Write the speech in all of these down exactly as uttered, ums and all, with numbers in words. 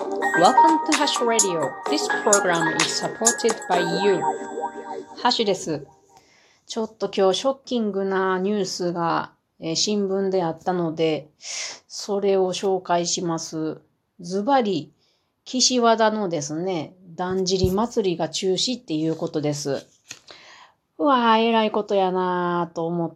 Welcome to Hash Radio. This program is supported by you. ハッシュです。ちょっと今日ショッキングなニュースが、えー新聞であったので、それを紹介します。ズバリ、岸和田のですね、だんじり祭りが中止っていうことです。うわー、えらいことやなーと思って、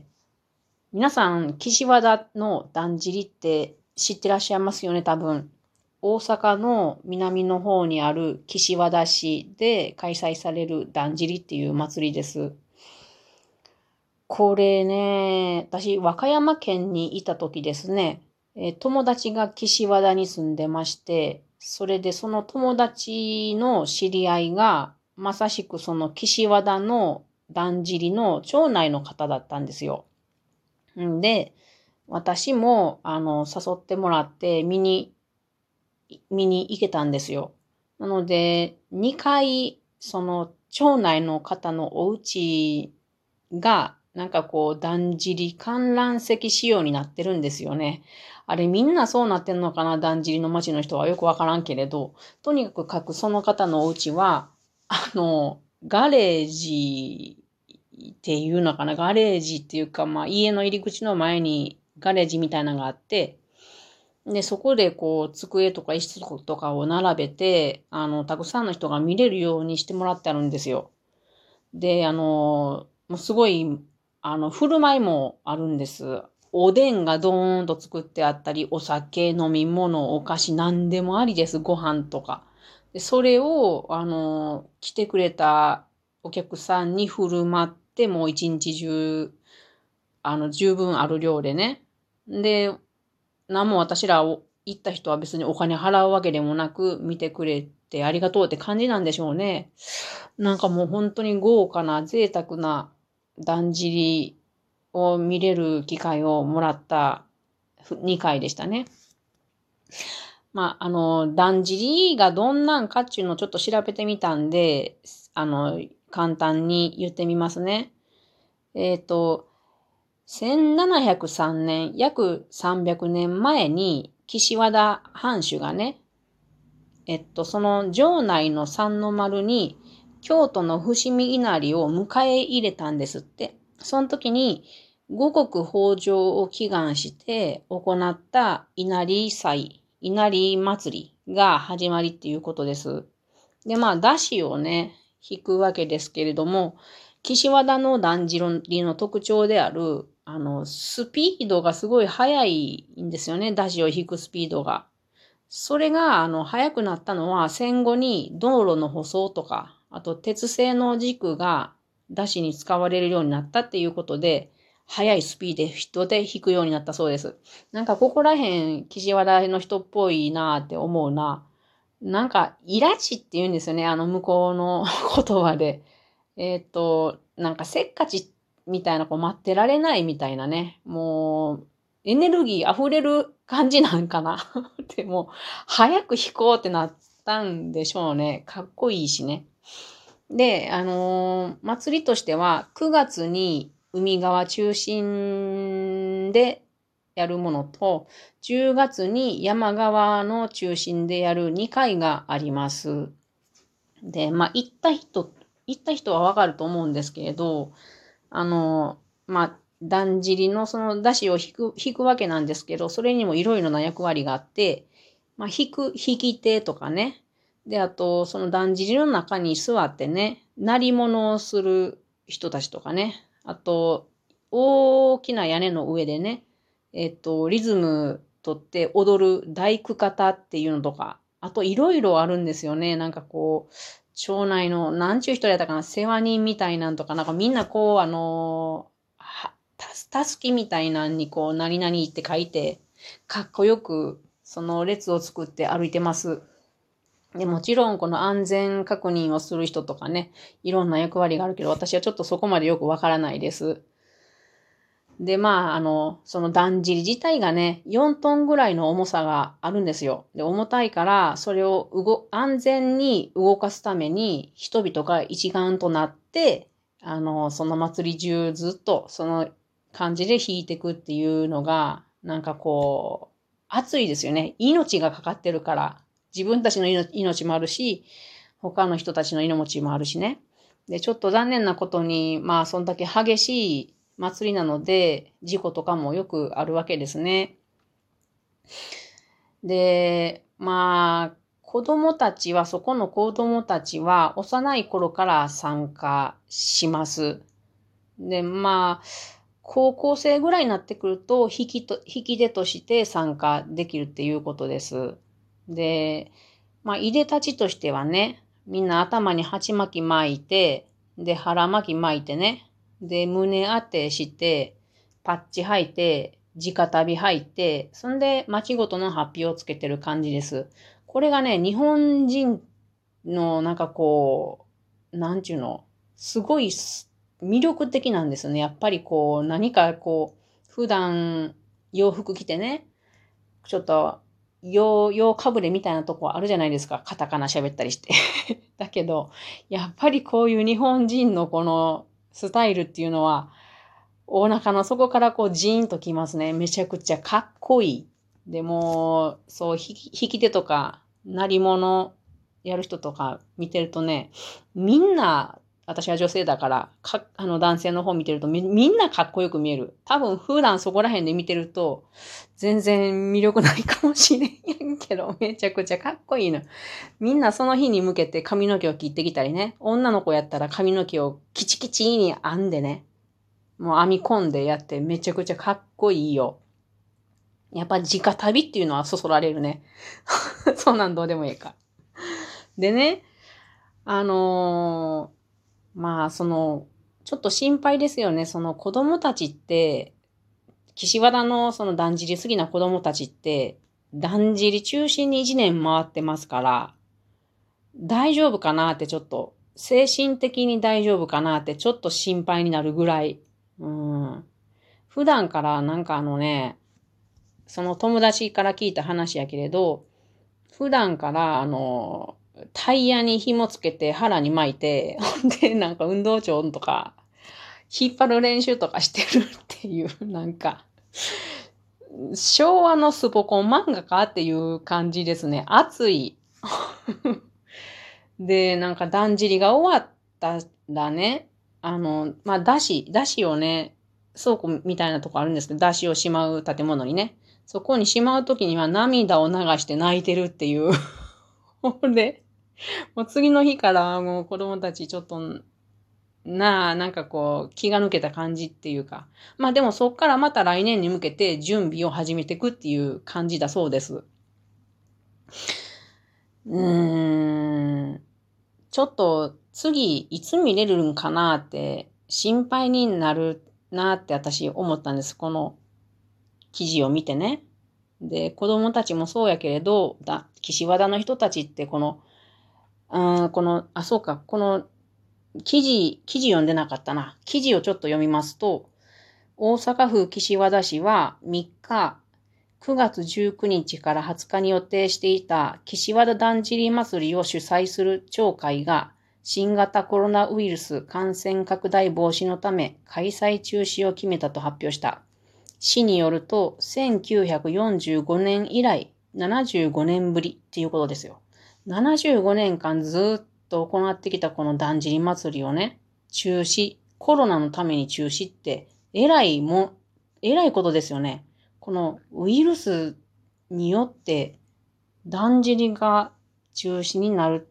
皆さん、岸和田のだんじりって知ってらっしゃいますよね、多分。大阪の南の方にある岸和田市で開催されるだんじりっていう祭りです。これね、私、和歌山県にいた時ですね、えー友達が岸和田に住んでまして、それでその友達の知り合いが、まさしくその岸和田のだんじりの町内の方だったんですよ。んで、私も、あの、誘ってもらって見に、見に行けたんですよ。なので、にかい、その、町内の方のお家が、なんかこう、だんじり観覧席仕様になってるんですよね。あれみんなそうなってんのかな、だんじりの町の人はよくわからんけれど、とにかくその方のお家は、あの、ガレージっていうのかな、ガレージっていうか、まあ家の入り口の前にガレージみたいなのがあって、で、そこでこう、机とか椅子とかを並べて、あの、たくさんの人が見れるようにしてもらってあるんですよ。で、あの、もうすごい、あの、振る舞いもあるんです。おでんがドーンと作ってあったり、お酒、飲み物、お菓子、何でもありです。ご飯とか。で、それを、あの、来てくれたお客さんに振る舞って、もう一日中、あの、十分ある量でね。で、何も私らを行った人は別にお金払うわけでもなく見てくれてありがとうって感じなんでしょうね。なんかもう本当に豪華な贅沢なだんじりを見れる機会をもらったにかいでしたね。まあ、あの、だんじりがどんなんかっていうのをちょっと調べてみたんで、あの、簡単に言ってみますね。えっと、せんななひゃくさんねん、約さんびゃくねんまえに岸和田藩主がね、えっと、その城内の三の丸に京都の伏見稲荷を迎え入れたんですって。その時に五穀豊穣を祈願して行った稲荷祭、稲荷祭りが始まりっていうことです。で、まあ、出汁をね、引くわけですけれども、岸和田のだんじりの特徴である、あの、スピードがすごい速いんですよね、出汁を引くスピードが。それが、あの、速くなったのは戦後に道路の舗装とか、あと鉄製の軸が出汁に使われるようになったっていうことで、速いスピードで引くようになったそうです。なんかここら辺、岸和田の人っぽいなって思うな。なんか、イラチって言うんですよね、あの向こうの言葉で。えっと、なんかせっかちみたいな、こう待ってられないみたいなね。もう、エネルギー溢れる感じなんかなでも、早く弾こうってなったんでしょうね。かっこいいしね。で、あのー祭りとしては、くがつに海側中心でやるものと、じゅうがつに山側の中心でやるにかいがあります。で、まあ、行った人、行った人はわかると思うんですけれど、あの、まあ、だんじりのその出汁を引く、引くわけなんですけど、それにもいろいろな役割があって、まあ、引く、引き手とかね。で、あと、そのだんじりの中に座ってね、鳴り物をする人たちとかね。あと、大きな屋根の上でね、えっと、リズムとって踊る大工方っていうのとか、あといろいろあるんですよね。なんかこう、町内の、なんちゅう人やったかな、世話人みたいなんとか、なんかみんなこう、あのはたす、たすきみたいなんにこう、何々って書いて、かっこよく、その列を作って歩いてます。で、もちろんこの安全確認をする人とかね、いろんな役割があるけど、私はちょっとそこまでよくわからないです。で、まあ、あの、そのだんじり自体がね、よんトンぐらいの重さがあるんですよ。で、重たいから、それを動、安全に動かすために、人々が一丸となって、あの、その祭り中ずっとその感じで弾いていくっていうのが、なんかこう、熱いですよね。命がかかってるから。 自分たちの命もあるし、他の人たちの命もあるしね。で、ちょっと残念なことに、まあ、そんだけ激しい祭りなので、事故とかもよくあるわけですね。で、まあ、子供たちは、そこの子供たちは、幼い頃から参加します。で、まあ、高校生ぐらいになってくると、引きと、引き手として参加できるっていうことです。で、まあ、いでたちとしてはね、みんな頭に鉢巻き巻いて、で、腹巻き巻いてね、で、胸当てして、パッチ履いて、直旅履いて、そんで、町ごとの発表をつけてる感じです。これがね、日本人のなんかこう、なんちゅうの、すごい魅力的なんですね。やっぱりこう、何かこう、普段洋服着てね、ちょっと、洋、洋かぶれみたいなとこあるじゃないですか。カタカナ喋ったりして。だけど、やっぱりこういう日本人のこのスタイルっていうのは、お腹の底からこうジーンときますね。めちゃくちゃかっこいい。でも、そう、引き引き手とか、鳴り物やる人とか見てるとね、みんな、私は女性だから、か、あの男性の方見てるとみ、みんなかっこよく見える。多分普段そこら辺で見てると、全然魅力ないかもしれんけど、めちゃくちゃかっこいいの。みんなその日に向けて髪の毛を切ってきたりね。女の子やったら髪の毛をキチキチに編んでね。もう編み込んでやってめちゃくちゃかっこいいよ。やっぱ直旅っていうのはそそられるね。そんなんどうでもいいか。でね、あのー、まあその、ちょっと心配ですよね。その子供たちって、岸和田のそのだんじり好きな子供たちって、だんじり中心にいちねん回ってますから、大丈夫かなってちょっと、精神的に大丈夫かなってちょっと心配になるぐらい、うん、普段からなんかあのね、その友達から聞いた話やけれど、普段からあの、タイヤに紐つけて腹に巻いて、ほんでなんか運動場とか、引っ張る練習とかしてるっていう、なんか、昭和のスポコン漫画かっていう感じですね。熱い。で、なんかだんじりが終わったらね、あの、まあ、だし、だしをね、倉庫みたいなとこあるんですけど、だしをしまう建物にね、そこにしまうときには涙を流して泣いてるっていう。ほんで、もう次の日からもう子供たちちょっと、なあ、なんかこう、気が抜けた感じっていうか。まあでもそっからまた来年に向けて準備を始めていくっていう感じだそうです。うーん。ちょっと次いつ見れるんかなって心配になるなって私思ったんです。この記事を見てね。で、子供たちもそうやけれど、だ、岸和田の人たちってこの、うん、この、あ、そうか、この記事、記事読んでなかったな。記事をちょっと読みますと、大阪府岸和田市はみっか、くがつじゅうくにちからはつかに予定していた岸和田だんじり祭りを主催する町会が新型コロナウイルス感染拡大防止のため開催中止を決めたと発表した。市によるとせんきゅうひゃくよんじゅうごねん以来ななじゅうごねんぶりっていうことですよ。ななじゅうごねんかんずっと行ってきたこのだんじり祭りをね、中止、コロナのために中止って、えらいも、えらいことですよね。このウイルスによってだんじりが中止になるって、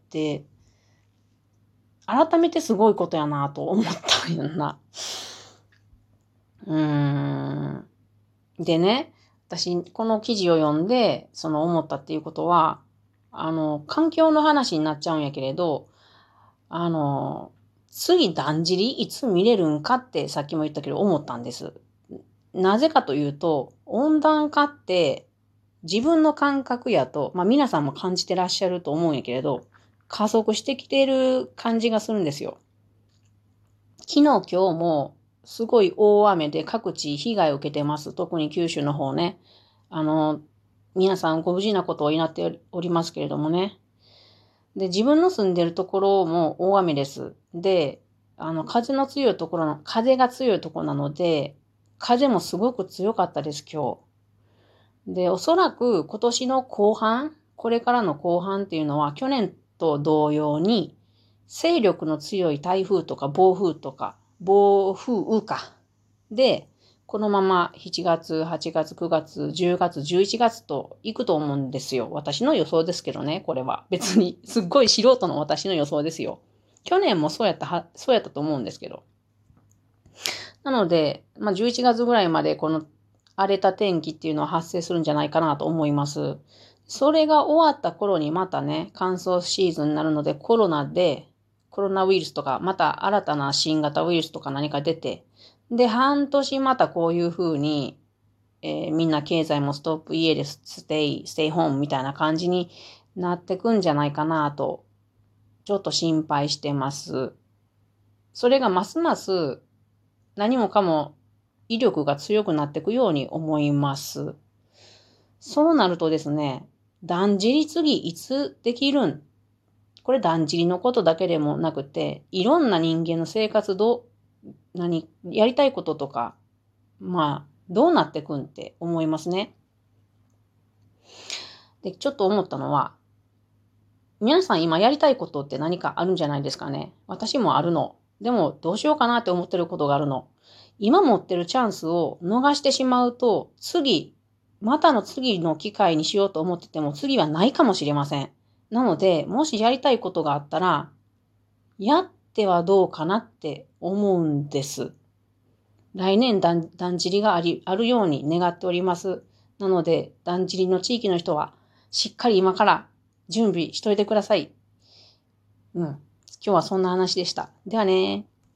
改めてすごいことやなと思ったんやな。うーん。でね、私、この記事を読んで、その思ったっていうことは、あの、環境の話になっちゃうんやけれど、あの、次だんじりいつ見れるんかってさっきも言ったけど思ったんです。なぜかというと、温暖化って自分の感覚やと、まあ皆さんも感じてらっしゃると思うんやけれど、加速してきてる感じがするんですよ。昨日今日もすごい大雨で各地被害を受けてます。特に九州の方ね。あの、皆さんご無事なことを祈っておりますけれどもね。で、自分の住んでるところも大雨です。で、あの、風の強いところの、風が強いところなので、風もすごく強かったです、今日。で、おそらく今年の後半、 これからの後半っていうのは去年と同様に勢力の強い台風とか暴風とか暴風雨かでこのまましちがつ、はちがつ、くがつ、じゅうがつ、じゅういちがつと行くと思うんですよ。私の予想ですけどね、これは。別にすっごい素人の私の予想ですよ。去年もそうやったは、そうやったと思うんですけど。なので、まあ、じゅういちがつぐらいまでこの荒れた天気っていうのは発生するんじゃないかなと思います。それが終わった頃にまたね、乾燥シーズンになるのでコロナで、コロナウイルスとか、また新たな新型ウイルスとか何か出て、で、半年またこういう風に、えーみんな経済もストップ、家でステイ、ステイホームみたいな感じになってくんじゃないかなと、ちょっと心配してます。それがますます何もかも威力が強くなっていくように思います。そうなるとですね、だんじり次いつできるん？これだんじりのことだけでもなくて、いろんな人間の生活どう、何、やりたいこととか、まあ、どうなってくんって思いますね。で、ちょっと思ったのは、皆さん今やりたいことって何かあるんじゃないですかね。私もあるの。でもどうしようかなって思ってることがあるの。今持ってるチャンスを逃してしまうと、次、またの次の機会にしようと思ってても次はないかもしれません。なので、もしやりたいことがあったら、やってはどうかなって思うんです。来年だん、だんじりがあり、あるように願っております。なので、だんじりの地域の人は、しっかり今から準備しといてください。うん。今日はそんな話でした。ではね。